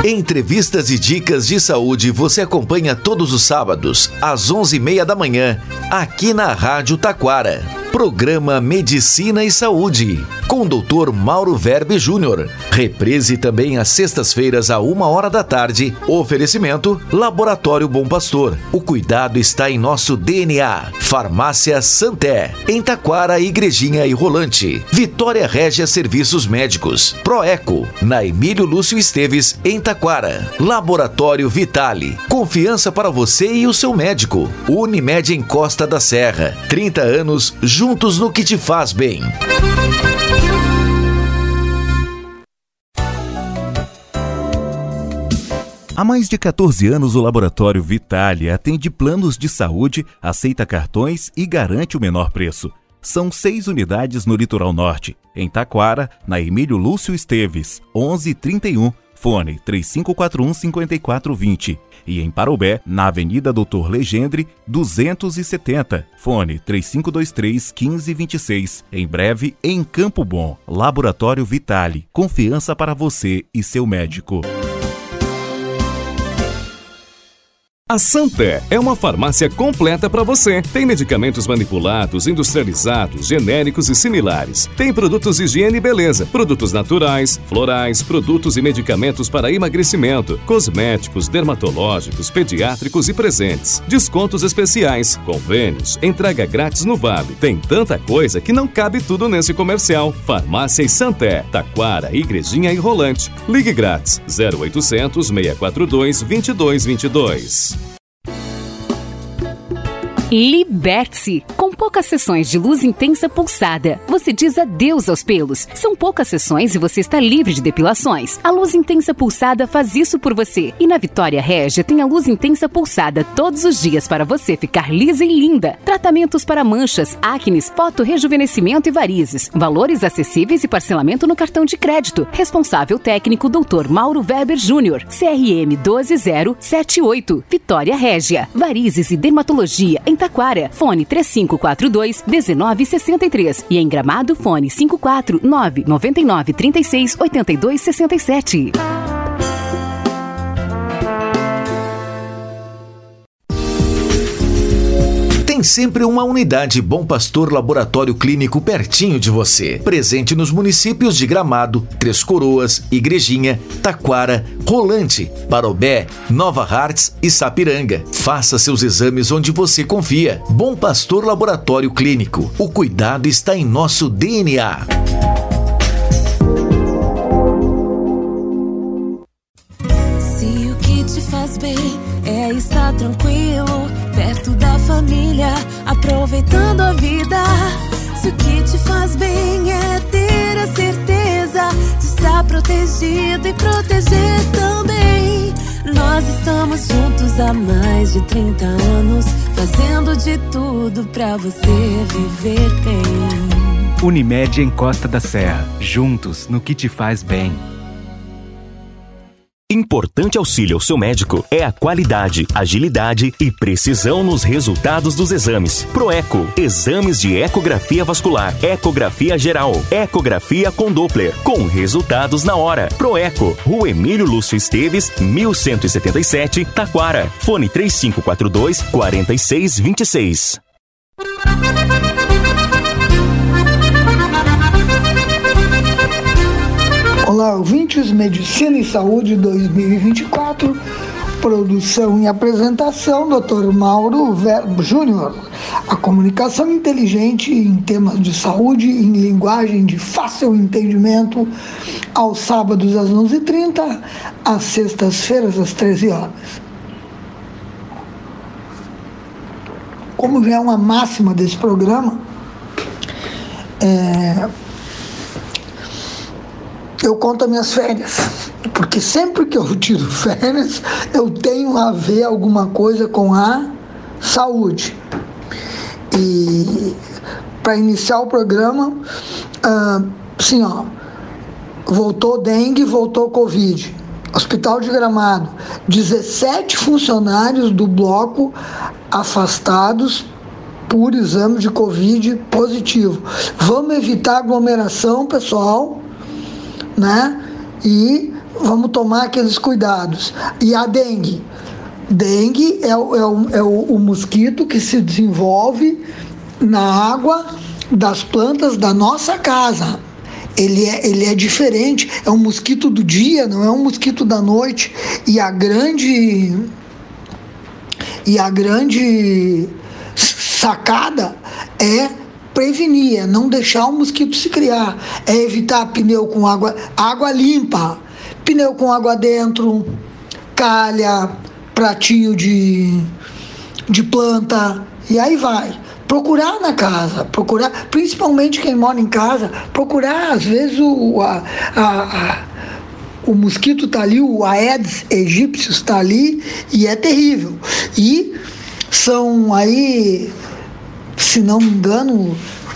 Entrevistas e dicas de saúde você acompanha todos os sábados, às 11h30 da manhã, aqui na Rádio Taquara. Programa Medicina e Saúde, com o Dr. Mauro Verbe Júnior. Reprise também às sextas-feiras, à 1h da tarde. Oferecimento Laboratório Bom Pastor. O cuidado está em nosso DNA. Farmácia Santé, em Taquara, Igrejinha e Rolante. Vitória Régia Serviços Médicos. Proeco, na Emílio Lúcio Esteves, em Taquara. Laboratório Vitale, confiança para você e o seu médico. Unimed em Costa da Serra, 30 anos juntos no que te faz bem. Há mais de 14 anos, o Laboratório Vitale atende planos de saúde, aceita cartões e garante o menor preço. São 6 unidades no Litoral Norte, em Taquara, na Emílio Lúcio Esteves, 1131, fone 3541-5420. E em Parobé, na Avenida Doutor Legendre, 270, fone 3523-1526. Em breve, em Campo Bom. Laboratório Vitale, confiança para você e seu médico. A Santé é uma farmácia completa para você. Tem medicamentos manipulados, industrializados, genéricos e similares. Tem produtos de higiene e beleza, produtos naturais, florais, produtos e medicamentos para emagrecimento, cosméticos, dermatológicos, pediátricos e presentes. Descontos especiais, convênios, entrega grátis no Vale. Tem tanta coisa que não cabe tudo nesse comercial. Farmácia e Santé, Taquara, Igrejinha e Rolante. Ligue grátis 0800 642 2222. Liberte-se! Com poucas sessões de luz intensa pulsada, você diz adeus aos pelos. São poucas sessões e você está livre de depilações. A luz intensa pulsada faz isso por você. E na Vitória Régia tem a luz intensa pulsada todos os dias para você ficar lisa e linda. Tratamentos para manchas, acnes, fotorrejuvenescimento e varizes. Valores acessíveis e parcelamento no cartão de crédito. Responsável técnico Dr. Mauro Weber Júnior. CRM 12078. Vitória Régia. Varizes e dermatologia em Taquara, fone 3542-1963 e em Gramado, fone 549-9936-8267. Tem sempre uma unidade Bom Pastor Laboratório Clínico pertinho de você. Presente nos municípios de Gramado, Três Coroas, Igrejinha, Taquara, Rolante, Parobé, Nova Hartz e Sapiranga. Faça seus exames onde você confia. Bom Pastor Laboratório Clínico. O cuidado está em nosso DNA. Se o que te faz bem é estar tranquilo, perto da família, aproveitando a vida. Se o que te faz bem é ter a certeza de estar protegido e proteger também. Nós estamos juntos há mais de 30 anos, fazendo de tudo pra você viver bem. Unimed em Costa da Serra, juntos no que te faz bem. Importante auxílio ao seu médico é a qualidade, agilidade e precisão nos resultados dos exames. Proeco, exames de ecografia vascular, ecografia geral, ecografia com Doppler, com resultados na hora. Proeco, Rua Emílio Lúcio Esteves, 1177, Taquara. Fone 3542-4626. Olá, ouvintes, Medicina e Saúde 2024, produção e apresentação, Dr. Mauro Verbe Júnior. A comunicação inteligente em temas de saúde, em linguagem de fácil entendimento, aos sábados às 11h30, às sextas-feiras às 13h. Como já é uma máxima desse programa, eu conto as minhas férias, porque sempre que eu tiro férias, eu tenho a ver alguma coisa com a saúde. E para iniciar o programa, voltou dengue, voltou Covid. Hospital de Gramado, 17 funcionários do bloco afastados por exame de Covid positivo. Vamos evitar aglomeração, pessoal, né? E vamos tomar aqueles cuidados. E a dengue? Dengue é o mosquito que se desenvolve na água das plantas da nossa casa. Ele é diferente, é um mosquito do dia, não é um mosquito da noite. E a grande sacada é prevenir, é não deixar o mosquito se criar, é evitar pneu com água limpa, pneu com água dentro, calha, pratinho de planta, e aí vai. Procurar na casa, principalmente quem mora em casa, procurar, às vezes o mosquito está ali, o Aedes aegypti está ali e é terrível. E são aí, se não me engano,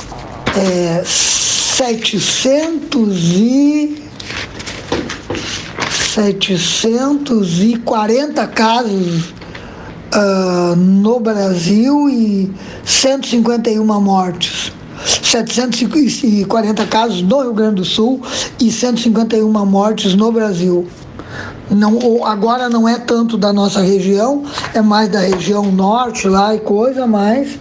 740 casos no Brasil e 151 mortes. 740 casos no Rio Grande do Sul e 151 mortes no Brasil. Agora não é tanto da nossa região, é mais da região norte lá e coisa, mas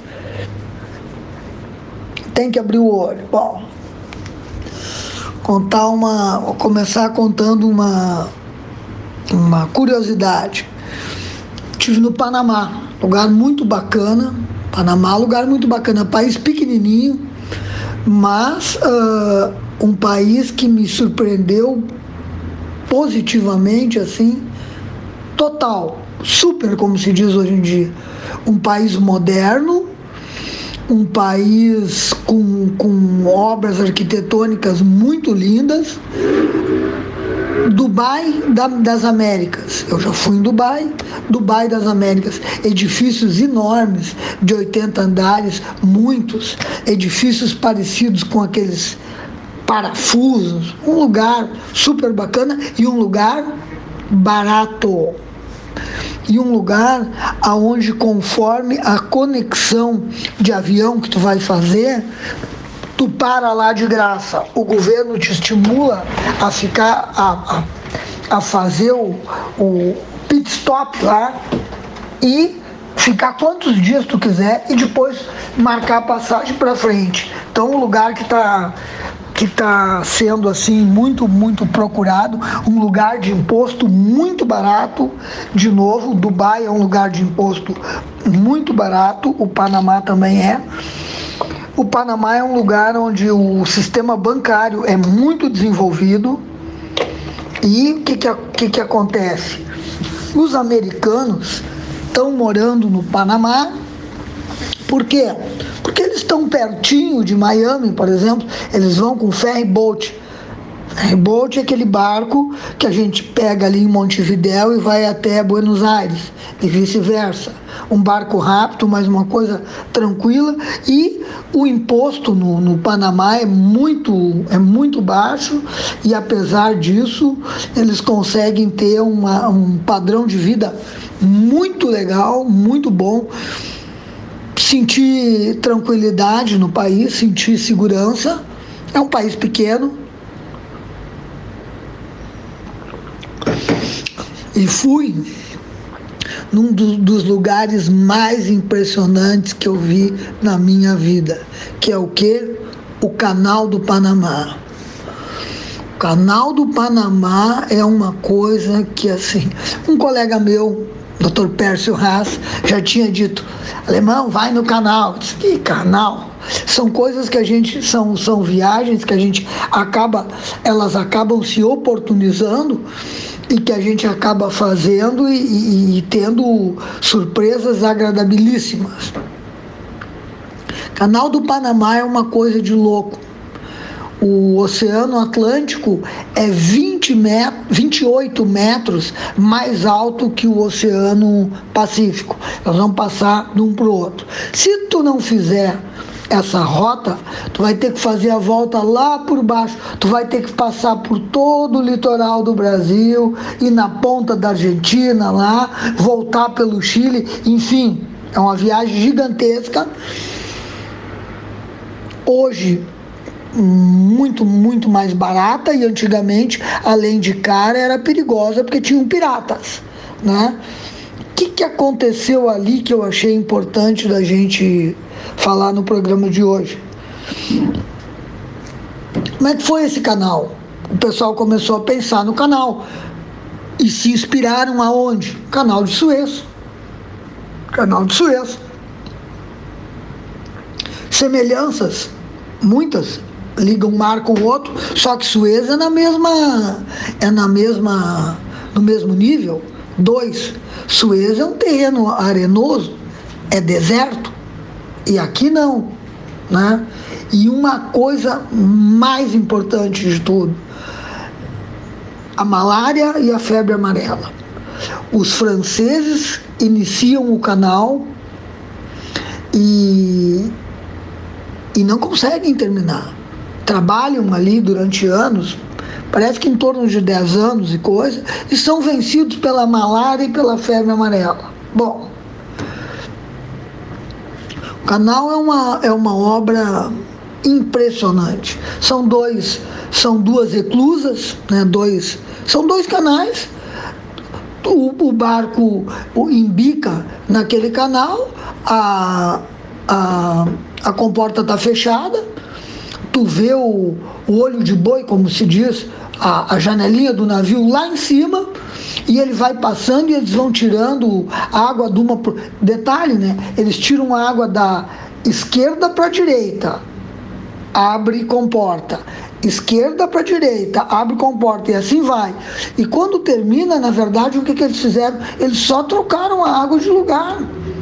tem que abrir o olho. Bom, vou começar contando uma curiosidade. Estive no Panamá, lugar muito bacana. Panamá, lugar muito bacana, país pequenininho, mas um país que me surpreendeu positivamente, assim, total, super, como se diz hoje em dia. Um país moderno, um país com obras arquitetônicas muito lindas. Dubai das Américas. Eu já fui em Dubai das Américas. Edifícios enormes, de 80 andares, muitos. Edifícios parecidos com aqueles parafusos. Um lugar super bacana e um lugar barato. E um lugar onde, conforme a conexão de avião que tu vai fazer, tu para lá de graça. O governo te estimula a ficar, a fazer o pit stop lá e ficar quantos dias tu quiser e depois marcar a passagem para frente. Então, um lugar que está sendo assim muito, muito procurado, um lugar de imposto muito barato. De novo, Dubai é um lugar de imposto muito barato, o Panamá também é. O Panamá é um lugar onde o sistema bancário é muito desenvolvido. E o que acontece? Os americanos estão morando no Panamá. Por quê? Porque eles estão pertinho de Miami, por exemplo. Eles vão com ferry boat. Ferry boat é aquele barco que a gente pega ali em Montevidéu e vai até Buenos Aires e vice-versa. Um barco rápido, mas uma coisa tranquila. E o imposto no Panamá é muito baixo, e apesar disso eles conseguem ter um padrão de vida muito legal, muito bom. Sentir tranquilidade no país, sentir segurança. É um país pequeno. E fui num dos lugares mais impressionantes que eu vi na minha vida, que é o quê? O Canal do Panamá. O Canal do Panamá é uma coisa que, assim, um colega meu, Dr. Pércio Haas, já tinha dito: Alemão, vai no canal. Eu disse: que canal? São coisas que a gente, são viagens que a gente elas acabam se oportunizando e que a gente acaba fazendo e tendo surpresas agradabilíssimas. Canal do Panamá é uma coisa de louco. O Oceano Atlântico é 28 metros mais alto que o Oceano Pacífico. Nós vamos passar de um para o outro. Se tu não fizer essa rota, tu vai ter que fazer a volta lá por baixo, tu vai ter que passar por todo o litoral do Brasil, ir na ponta da Argentina lá, voltar pelo Chile, enfim, é uma viagem gigantesca. Hoje muito, muito mais barata, e antigamente, além de cara, era perigosa porque tinham piratas, né? O que aconteceu ali que eu achei importante da gente falar no programa de hoje? Como é que foi esse canal? O pessoal começou a pensar no canal e se inspiraram aonde? Canal de Suez. Canal de Suez. Semelhanças, muitas, ligam um mar com o outro, só que Suez é no mesmo nível. 2, Suez é um terreno arenoso, é deserto, e aqui não, né? E uma coisa mais importante de tudo, a malária e a febre amarela. Os franceses iniciam o canal e não conseguem terminar. Trabalham ali durante anos, parece que em torno de 10 anos e coisa, e são vencidos pela malária e pela febre amarela. Bom, o canal é uma obra impressionante. São duas eclusas, né? São dois canais. O barco embica naquele canal, a comporta está fechada, tu vê o olho de boi, como se diz, a janelinha do navio lá em cima, e ele vai passando e eles vão tirando água de uma... Detalhe, né? Eles tiram a água da esquerda para a direita, abre e comporta. Esquerda para direita, abre e comporta, e assim vai. E quando termina, na verdade, o que eles fizeram? Eles só trocaram a água de lugar.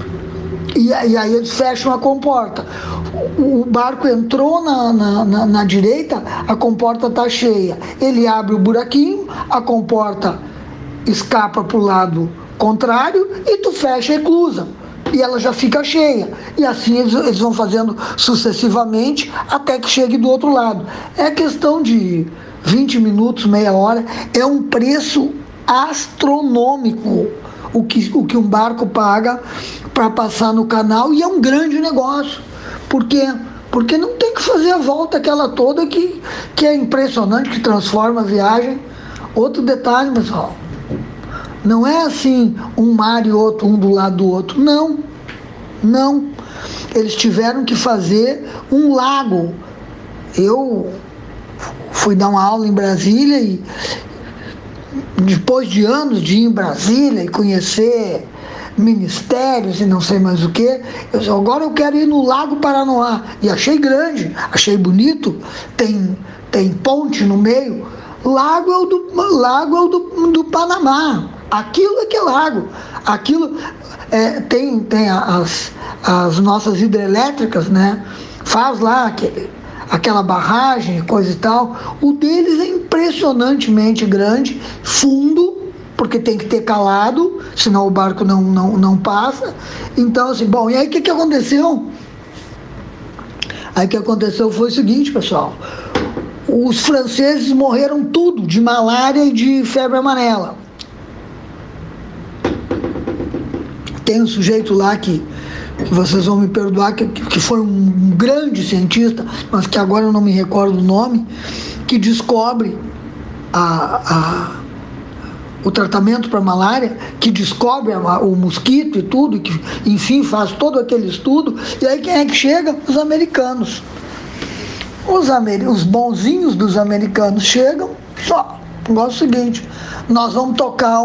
E aí eles fecham a comporta. O barco entrou na direita, a comporta está cheia. Ele abre o buraquinho, a comporta escapa para o lado contrário e tu fecha a eclusa. E ela já fica cheia. E assim eles vão fazendo sucessivamente até que chegue do outro lado. É questão de 20 minutos, meia hora. É um preço astronômico o que um barco paga para passar no canal, e é um grande negócio. Por quê? Porque não tem que fazer a volta aquela toda que é impressionante, que transforma a viagem. Outro detalhe, pessoal, não é assim um mar e outro, um do lado do outro. Não. Eles tiveram que fazer um lago. Eu fui dar uma aula em Brasília e depois de anos de ir em Brasília e conhecer ministérios e não sei mais o que, eu disse, agora eu quero ir no Lago Paranoá. E achei grande, achei bonito, tem ponte no meio. Lago é o do Panamá. Aquilo é que é lago. Aquilo tem as nossas hidrelétricas, né? Faz lá aquela barragem, coisa e tal. O deles é impressionantemente grande, fundo, porque tem que ter calado, senão o barco não passa. Então, assim, bom, e aí o que aconteceu? Aí o que aconteceu foi o seguinte, pessoal. Os franceses morreram tudo de malária e de febre amarela. Tem um sujeito lá que vocês vão me perdoar, que foi um grande cientista, mas que agora eu não me recordo o nome, que descobre o tratamento para malária, que descobre o mosquito e tudo, que enfim faz todo aquele estudo. E aí quem é que chega? Os americanos. Os bonzinhos dos americanos chegam, só, o negócio é o seguinte, nós vamos tocar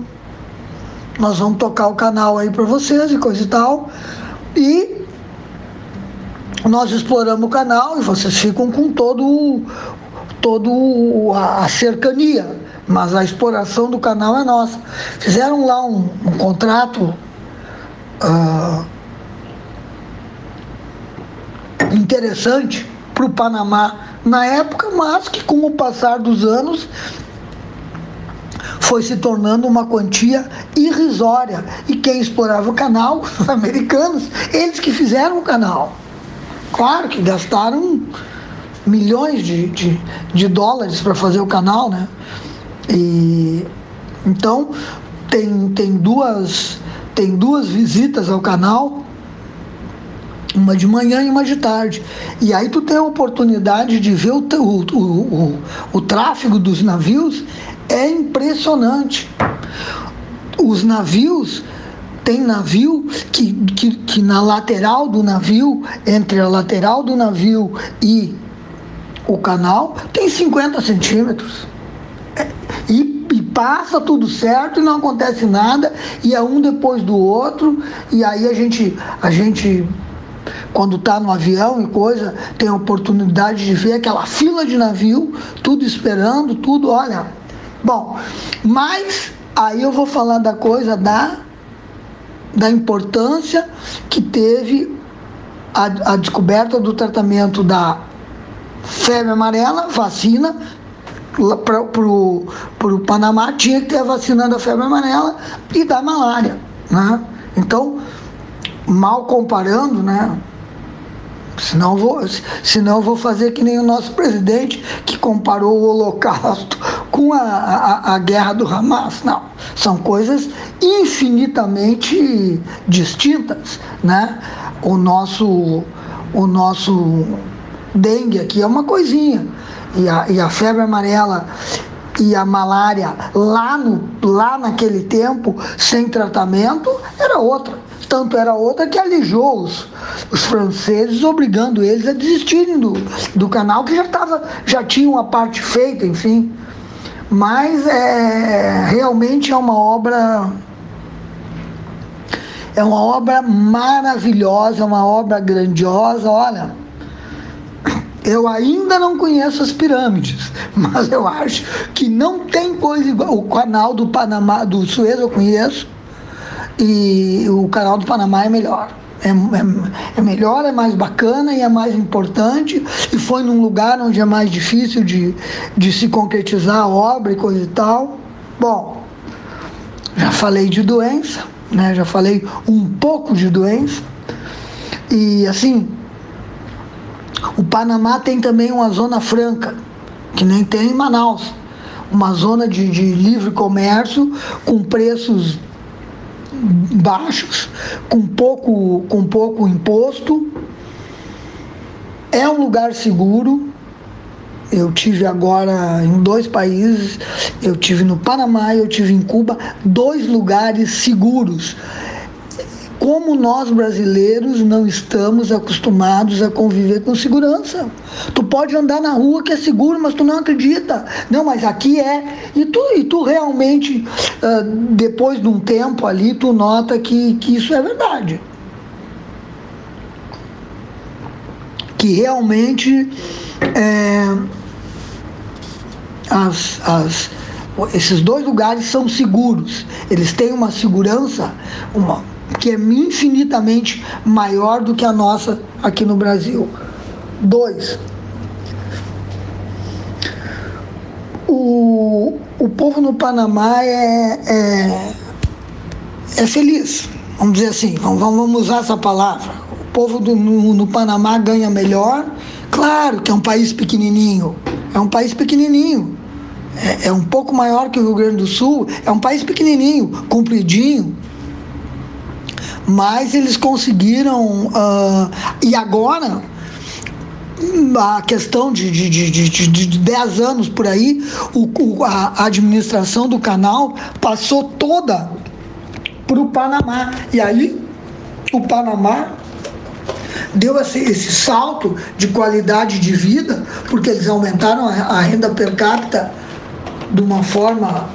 o canal aí para vocês e coisa e tal, e nós exploramos o canal e vocês ficam com todo a cercania, mas a exploração do canal é nossa. Fizeram lá um contrato interessante para o Panamá na época, mas que com o passar dos anos foi se tornando uma quantia irrisória. E quem explorava o canal? Os americanos, eles que fizeram o canal. Claro que gastaram milhões de dólares para fazer o canal, né? E então tem duas visitas ao canal. uma de manhã e uma de tarde. E aí tu tem a oportunidade de ver o tráfego dos navios, é impressionante. Os navios, tem navio que na lateral do navio, entre a lateral do navio e o canal, tem 50 centímetros. E passa tudo certo e não acontece nada, e é um depois do outro, e aí a gente quando está no avião e coisa, tem a oportunidade de ver aquela fila de navio, tudo esperando, tudo, olha. Bom, mas aí eu vou falar da coisa da importância que teve a descoberta do tratamento da febre amarela, vacina. Para o Panamá tinha que ter a vacina da febre amarela e da malária, né? Então, mal comparando, né? Senão eu vou fazer que nem o nosso presidente, que comparou o Holocausto com a guerra do Hamas. Não, são coisas infinitamente distintas, né? O nosso dengue aqui é uma coisinha, e a febre amarela e a malária lá naquele tempo, sem tratamento, era outra. Tanto era outra que alijou os franceses, obrigando eles a desistirem do canal, que já tinha uma parte feita, enfim. Mas realmente é uma obra maravilhosa, uma obra grandiosa. Olha, eu ainda não conheço as pirâmides, mas eu acho que não tem coisa igual. O canal do Panamá, do Suez eu conheço, e o canal do Panamá é melhor. É melhor, é mais bacana e é mais importante, e foi num lugar onde é mais difícil de se concretizar a obra e coisa e tal. Bom, já falei de doença, né? Já falei um pouco de doença, e assim, o Panamá tem também uma zona franca, que nem tem em Manaus, uma zona de livre comércio, com preços baixos, com pouco imposto. É um lugar seguro. Eu tive agora em 2 países, eu tive no Panamá e eu tive em Cuba, 2 lugares seguros. Como nós brasileiros não estamos acostumados a conviver com segurança. Tu pode andar na rua que é seguro, mas tu não acredita. Não, mas aqui é. E tu realmente, depois de um tempo ali, tu nota que isso é verdade. Que realmente esses 2 lugares são seguros. Eles têm uma segurança, que é infinitamente maior do que a nossa aqui no Brasil. 2, o povo no Panamá é feliz, vamos dizer assim, vamos usar essa palavra. O povo no Panamá ganha melhor. Claro que é um país pequenininho, é um pouco maior que o Rio Grande do Sul, é um país pequenininho, compridinho, mas eles conseguiram, e agora, a questão de 10 anos por aí, a administração do canal passou toda para o Panamá, e aí o Panamá deu esse salto de qualidade de vida, porque eles aumentaram a renda per capita de uma forma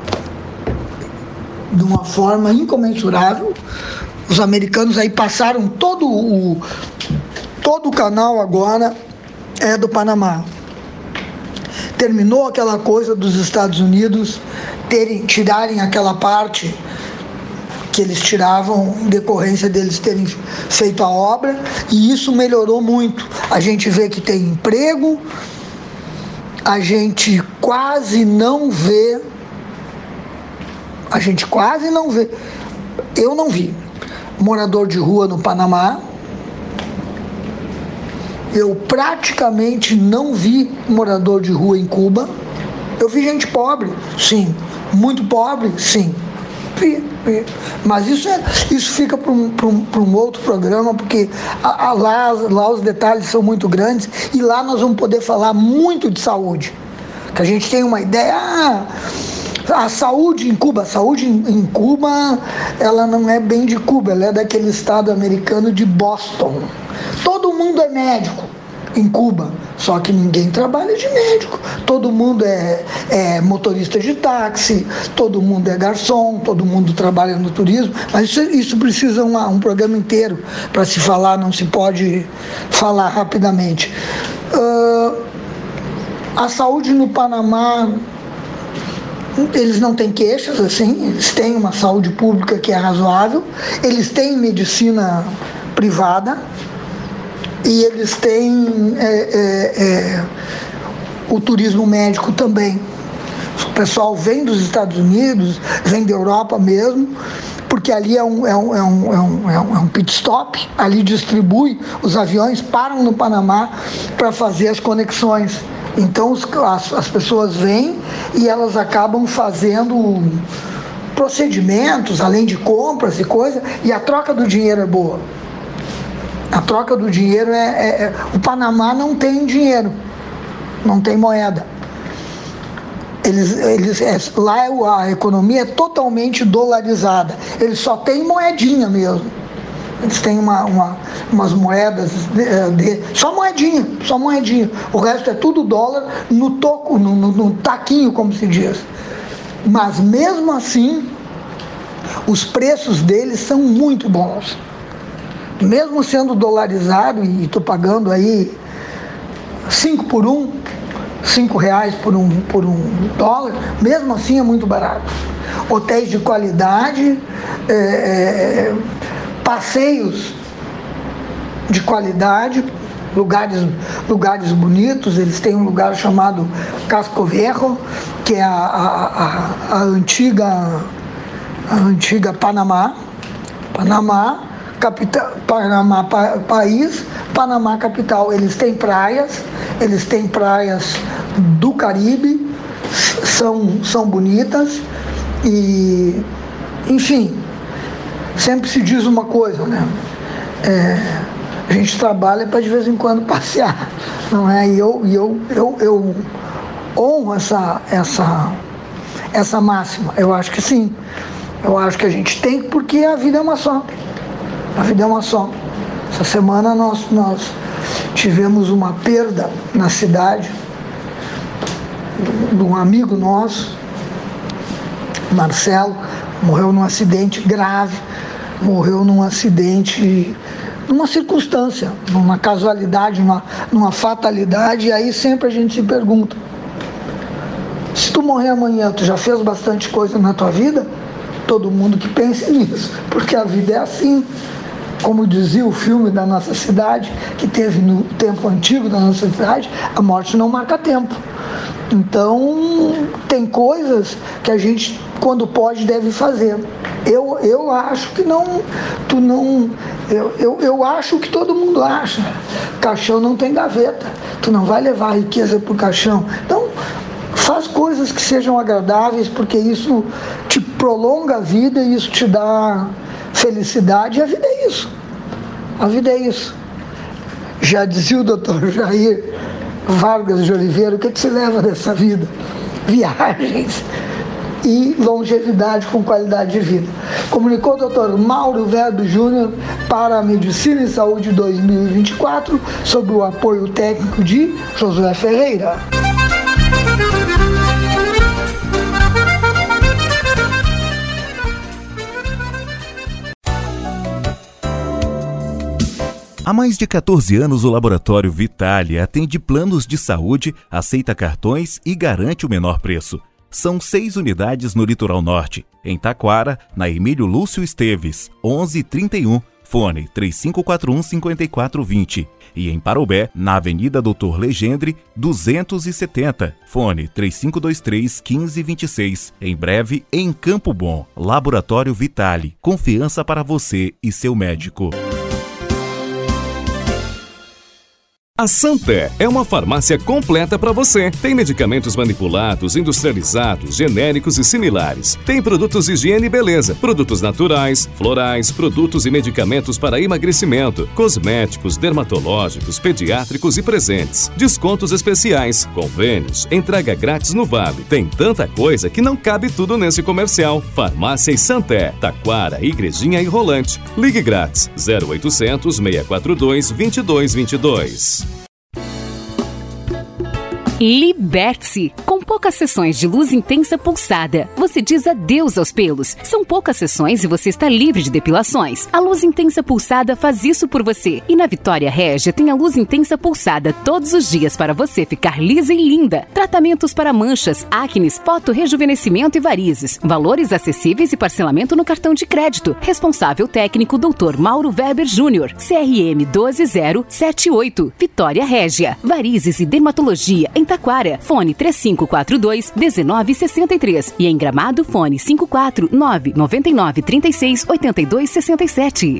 incomensurável. Os americanos aí passaram todo o canal agora é do Panamá. Terminou aquela coisa dos Estados Unidos tirarem aquela parte que eles tiravam em decorrência deles terem feito a obra, e isso melhorou muito. A gente vê que tem emprego, a gente quase não vê, eu não vi morador de rua no Panamá, eu praticamente não vi morador de rua em Cuba. Eu vi gente pobre, sim, muito pobre, sim, Mas isso fica para um outro programa, porque lá os detalhes são muito grandes e lá nós vamos poder falar muito de saúde. Que a gente tem uma ideia, a saúde em Cuba, ela não é bem de Cuba, ela é daquele estado americano de Boston. Todo mundo é médico em Cuba, só que ninguém trabalha de médico. Todo mundo é motorista de táxi, todo mundo é garçom, todo mundo trabalha no turismo, mas isso precisa um programa inteiro para se falar, não se pode falar rapidamente. A saúde no Panamá, eles não têm queixas, assim, eles têm uma saúde pública que é razoável, eles têm medicina privada e eles têm o turismo médico também. O pessoal vem dos Estados Unidos, vem da Europa mesmo, porque ali é um pit stop, ali distribui, os aviões param no Panamá para fazer as conexões. Então as pessoas vêm e elas acabam fazendo procedimentos, além de compras e coisas, e a troca do dinheiro é boa. A troca do dinheiro o Panamá não tem dinheiro, não tem moeda. Lá a economia é totalmente dolarizada, eles só têm moedinha mesmo. Eles têm umas moedas, só moedinha. O resto é tudo dólar no toco, no taquinho, como se diz. Mas mesmo assim, os preços deles são muito bons. Mesmo sendo dolarizado, e estou pagando aí 5 por 1, R$5 por um dólar, mesmo assim é muito barato. Hotéis de qualidade, passeios de qualidade, lugares bonitos. Eles têm um lugar chamado Casco Viejo, que é a antiga Panamá, capital, Panamá país, Panamá capital. Eles têm praias do Caribe, são bonitas e, enfim, sempre se diz uma coisa, né? A gente trabalha para de vez em quando passear, não é? E eu honro essa máxima. Eu acho que sim. Eu acho que a gente tem, porque a vida é uma só. Essa semana nós tivemos uma perda na cidade de um amigo nosso, Marcelo, morreu num acidente grave, numa circunstância, numa casualidade, numa fatalidade. E aí sempre a gente se pergunta: se tu morrer amanhã, tu já fez bastante coisa na tua vida? Todo mundo que pense nisso, porque a vida é assim. Como dizia o filme da nossa cidade, que teve no tempo antigo da nossa cidade, a morte não marca tempo. Então, tem coisas que a gente, quando pode, deve fazer. Eu acho que eu acho que todo mundo acha. Caixão não tem gaveta. Tu não vai levar a riqueza pro caixão. Então, faz coisas que sejam agradáveis, porque isso te prolonga a vida e isso te dá felicidade. E a vida é isso. Já dizia o doutor Jair Vargas de Oliveira: o que se leva dessa vida? Viagens e longevidade com qualidade de vida. Comunicou o doutor Mauro Verbo Júnior para a Medicina e Saúde 2024, sob o apoio técnico de Josué Ferreira. Há mais de 14 anos, o Laboratório Vitale atende planos de saúde, aceita cartões e garante o menor preço. São 6 unidades no Litoral Norte, em Taquara, na Emílio Lúcio Esteves, 1131, fone 3541-5420. E em Parobé, na Avenida Doutor Legendre, 270, fone 3523-1526. Em breve, em Campo Bom. Laboratório Vitale, confiança para você e seu médico. A Santé é uma farmácia completa para você. Tem medicamentos manipulados, industrializados, genéricos e similares. Tem produtos de higiene e beleza, produtos naturais, florais, produtos e medicamentos para emagrecimento, cosméticos, dermatológicos, pediátricos e presentes. Descontos especiais, convênios, entrega grátis no Vale. Tem tanta coisa que não cabe tudo nesse comercial. Farmácia e Santé, Taquara, Igrejinha e Rolante. Ligue grátis 0800 642 2222. Liberte-se! Com poucas sessões de luz intensa pulsada, você diz adeus aos pelos. São poucas sessões e você está livre de depilações. A luz intensa pulsada faz isso por você. E na Vitória Régia tem a luz intensa pulsada todos os dias para você ficar lisa e linda. Tratamentos para manchas, acnes, fotorrejuvenescimento e varizes. Valores acessíveis e parcelamento no cartão de crédito. Responsável técnico Dr. Mauro Weber Júnior. CRM 12078. Vitória Régia. Varizes e dermatologia em Taquara. Fone 3542-1963. E em Gramado, fone 549-9936-8267.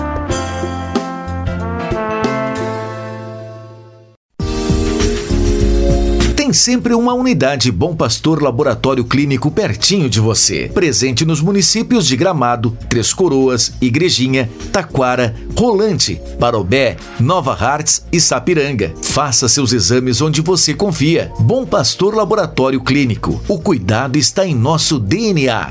Tem sempre uma unidade Bom Pastor Laboratório Clínico pertinho de você. Presente nos municípios de Gramado, Três Coroas, Igrejinha, Taquara, Rolante, Parobé, Nova Hartz e Sapiranga. Faça seus exames onde você confia. Bom Pastor Laboratório Clínico. O cuidado está em nosso DNA.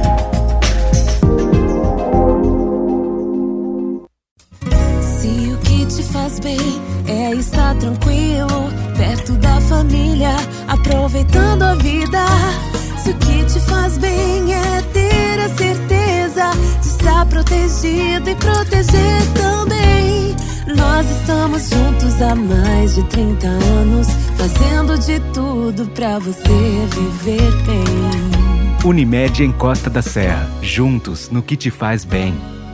Se o que te faz bem é estar tranquilo, perto da família, aproveitando a vida. Se o que te faz bem é ter a certeza de estar protegido e proteger também. Nós estamos juntos há mais de 30 anos, fazendo de tudo pra você viver bem. Unimed em Costa da Serra, juntos no que te faz bem.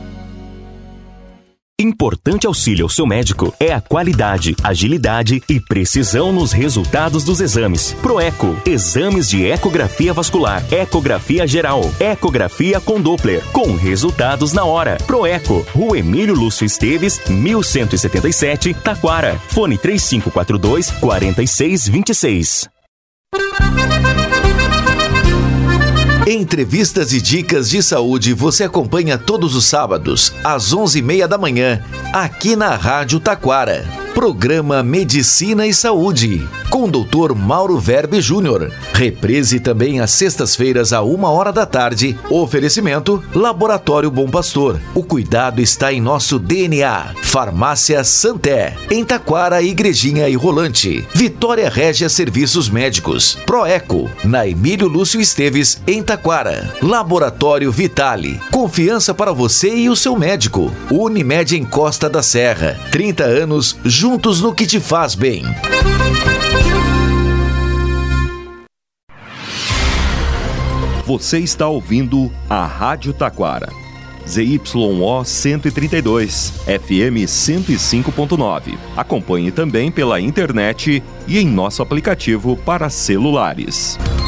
Importante auxílio ao seu médico é a qualidade, agilidade e precisão nos resultados dos exames. Proeco, exames de ecografia vascular, ecografia geral, ecografia com Doppler, com resultados na hora. Proeco, Rua Emílio Lúcio Esteves, 1177, Taquara. Fone 3542-4626. Entrevistas e dicas de saúde você acompanha todos os sábados, às 11h30 da manhã, aqui na Rádio Taquara. Programa Medicina e Saúde, com o Dr. Mauro Weber Júnior. Reprise também às sextas-feiras, à 1h da tarde. Oferecimento Laboratório Bom Pastor. O cuidado está em nosso DNA. Farmácia Santé, em Taquara, Igrejinha e Rolante. Vitória Régia Serviços Médicos. Proeco, na Emílio Lúcio Esteves, em Taquara. Laboratório Vitale. Confiança para você e o seu médico. Unimed em Costa da Serra. 30 anos juntos no que te faz bem. Você está ouvindo a Rádio Taquara. ZYO 132, FM 105.9. Acompanhe também pela internet e em nosso aplicativo para celulares.